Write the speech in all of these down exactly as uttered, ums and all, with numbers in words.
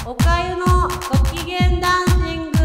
おかゆのご機嫌ダンシング。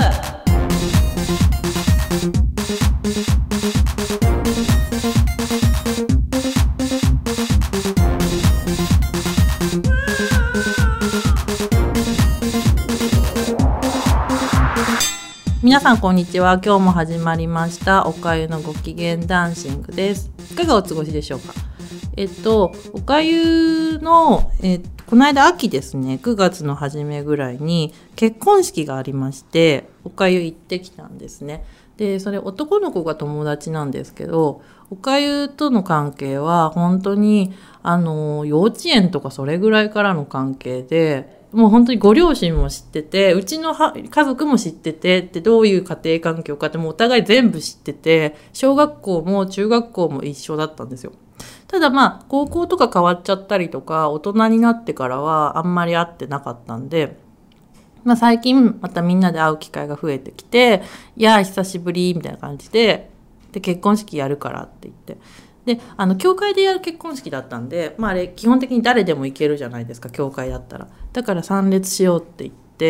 皆さんこんにちは。今日も始まりましたおかゆのご機嫌ダンシングです。いかがお過ごしでしょうか。えっとおかゆの、えっと、この間秋ですね、くがつの初めぐらいに結婚式がありまして、おかゆ行ってきたんですね。でそれ男の子が友達なんですけど、おかゆとの関係は本当にあの幼稚園とかそれぐらいからの関係で、もう本当にご両親も知ってて、うちの家族も知ってて、でどういう家庭環境かってもうお互い全部知ってて、小学校も中学校も一緒だったんですよ。ただまあ高校とか変わっちゃったりとか、大人になってからはあんまり会ってなかったんで、まあ、最近またみんなで会う機会が増えてきて、いや久しぶりみたいな感じで、で結婚式やるからって言って、であの教会でやる結婚式だったんで、まあ、あれ基本的に誰でも行けるじゃないですか、教会だったら。だから参列しようって言って、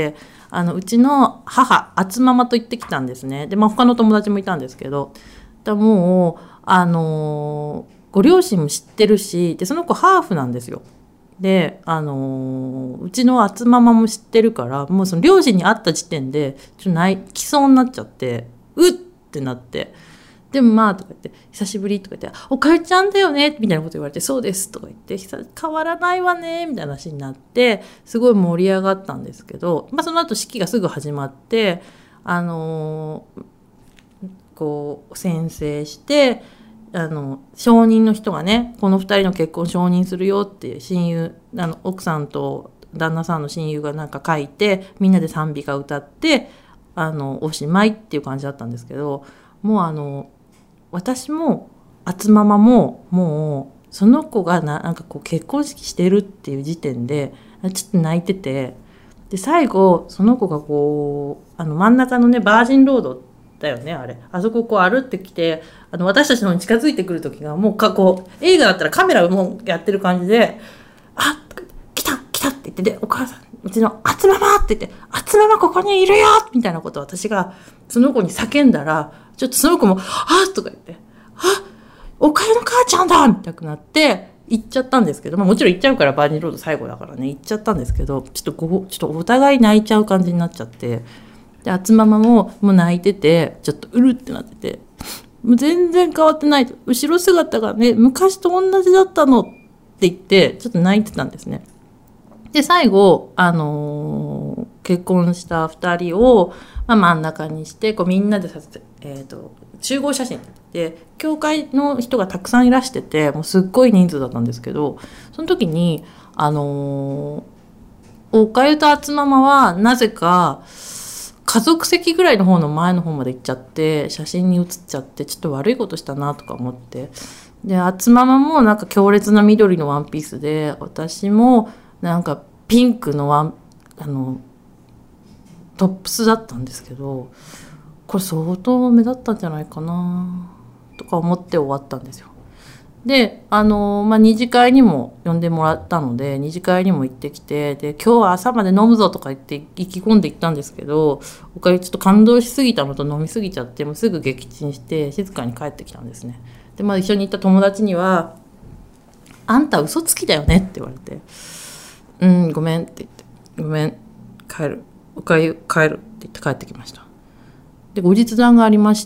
あのうちの母あつママと行ってきたんですね。で、まあ、他の友達もいたんですけど、だもうあのー、ご両親も知ってるし、でその子ハーフなんですよ。であのー、うちのあつママも知ってるから、もうその両親に会った時点でちょっと泣きそうになっちゃって、うっってなって、でもまあとか言って、久しぶりとか言って、おかゆちゃんだよねみたいなこと言われて、そうですとか言って、変わらないわねみたいな話になって、すごい盛り上がったんですけど、まあその後式がすぐ始まって、あのー、こう宣誓して、あの証人の人がね、このふたりの結婚承認するよって親友、あの奥さんと旦那さんの親友がなんか書いて、みんなで賛美歌歌って、あのおしまいっていう感じだったんですけど、もうあの私もあつママももうその子がな、なんかこう結婚式してるっていう時点でちょっと泣いてて、で最後その子がこうあの真ん中のね、バージンロードだよね、あれあそここう歩ってきて、あの私たちの方に近づいてくる時がもうかこう映画だったらカメラもやってる感じで、あ来た来たって言って、でお母さんうちのあつママって言って、あつママここにいるよみたいなことを私がその子に叫んだら、ちょっとその子もあとか言って、あおかゆの母ちゃんだみたいになって行っちゃったんですけど、まあ、もちろん行っちゃうからバージンロード最後だからね行っちゃったんですけど、ちょっとこうちょっとお互い泣いちゃう感じになっちゃって、であつママももう泣いてて、ちょっとうるってなってて、もう全然変わってない、後ろ姿がね昔と同じだったのって言ってちょっと泣いてたんですね。で最後、あのー、結婚したふたりを、まあ、真ん中にしてこうみんなでさせて、えーと、集合写真で教会の人がたくさんいらしてて、もうすっごい人数だったんですけど、その時にあのー、おかゆとあつママはなぜか家族席ぐらいの方の前の方まで行っちゃって、写真に写っちゃって、ちょっと悪いことしたなとか思って、であつママもなんか強烈な緑のワンピースで、私もなんかピンクのワンあのトップスだったんですけど、これ相当目立ったんじゃないかなとか思って終わったんですよ。であの、まあ、二次会にも呼んでもらったので二次会にも行ってきて、で今日は朝まで飲むぞとか言って意気込んで行ったんですけど、おかゆちょっと感動しすぎたのと飲みすぎちゃって、もうすぐ撃沈して静かに帰ってきたんですね。で、まあ、一緒に行った友達にはあんた嘘つきだよねって言われて、うんごめんって言って、ごめん帰るおかゆ帰るって言って帰ってきました。で後日談がありまして、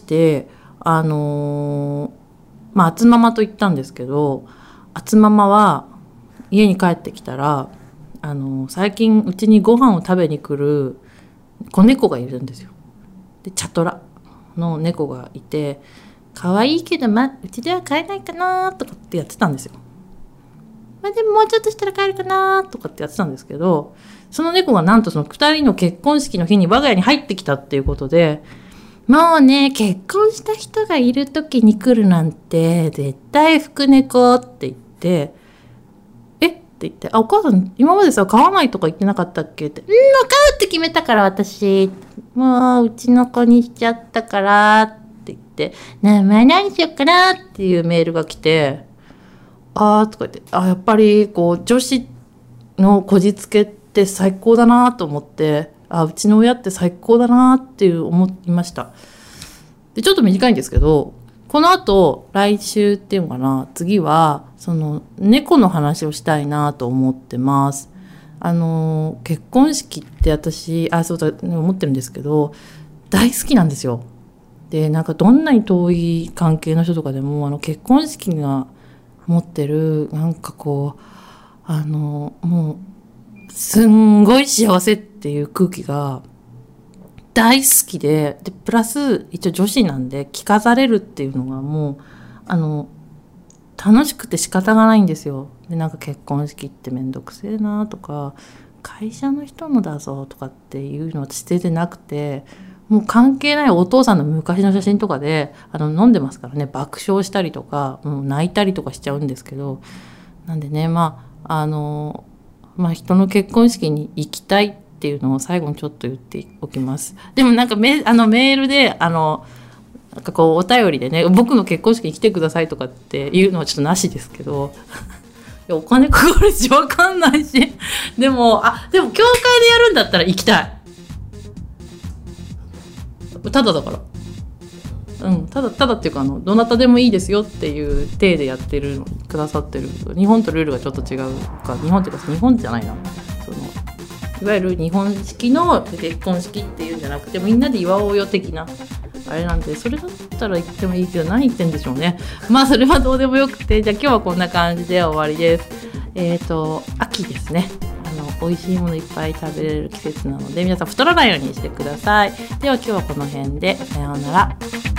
あのー、まああつママと行ったんですけど、あつママは家に帰ってきたら、あのー、最近うちにご飯を食べに来る子猫がいるんですよ。でチャトラの猫がいて、可愛いけど、ま、うちでは飼えないかなとかってやってたんですよ。まあ、でももうちょっとしたら帰るかなとかってやってたんですけど、その猫がなんとそのふたりの結婚式の日に我が家に入ってきたっていうことで、もうね結婚した人がいる時に来るなんて絶対福猫って言って、えって言って、あお母さん今までさ飼わないとか言ってなかったっけって、うんもう飼うって決めたから私もううちの子にしちゃったからって言って、名前何しようかなっていうメールが来て、あーとか言って、あやっぱりこう女子のこじつけっって最高だなと思って、あ、うちの親って最高だなっていう思いました。でちょっと短いんですけど、この後来週っていうのかな、次はその猫の話をしたいなと思ってます。あの結婚式って私あそうだ、ね、思ってるんですけど大好きなんですよ。でなんかどんなに遠い関係の人とかでもあの結婚式が持ってるなんかこうあのもうすんごい幸せっていう空気が大好きで、でプラス一応女子なんで着飾れるっていうのがもうあの楽しくて仕方がないんですよ。でなんか結婚式ってめんどくせえなとか会社の人のだぞとかっていうのは捨ててなくて、もう関係ないお父さんの昔の写真とかであの飲んでますからね、爆笑したりとかもう泣いたりとかしちゃうんですけど、なんでねまああのまあ人の結婚式に行きたいっていうのを最後にちょっと言っておきます。でもなんかメあのメールであのなんかこうお便りでね、僕の結婚式に来てくださいとかっていうのはちょっとなしですけどいやお金かかるし分かんないしでもあでも教会でやるんだったら行きたい。ただだからうんただただっていうかあのどなたでもいいですよっていう体でやってるくださってる。日本とルールがちょっと違うか、日本っていうか日本じゃないな、そのいわゆる日本式の結婚式っていうんじゃなくてみんなで祝おうよ的なあれなんで、それだったら言ってもいいけど何言ってんでしょうね。まあそれはどうでもよくて、じゃあ今日はこんな感じで終わりです。えっと秋ですね、あの美味しいものいっぱい食べれる季節なので皆さん太らないようにしてください。では今日はこの辺でさようなら。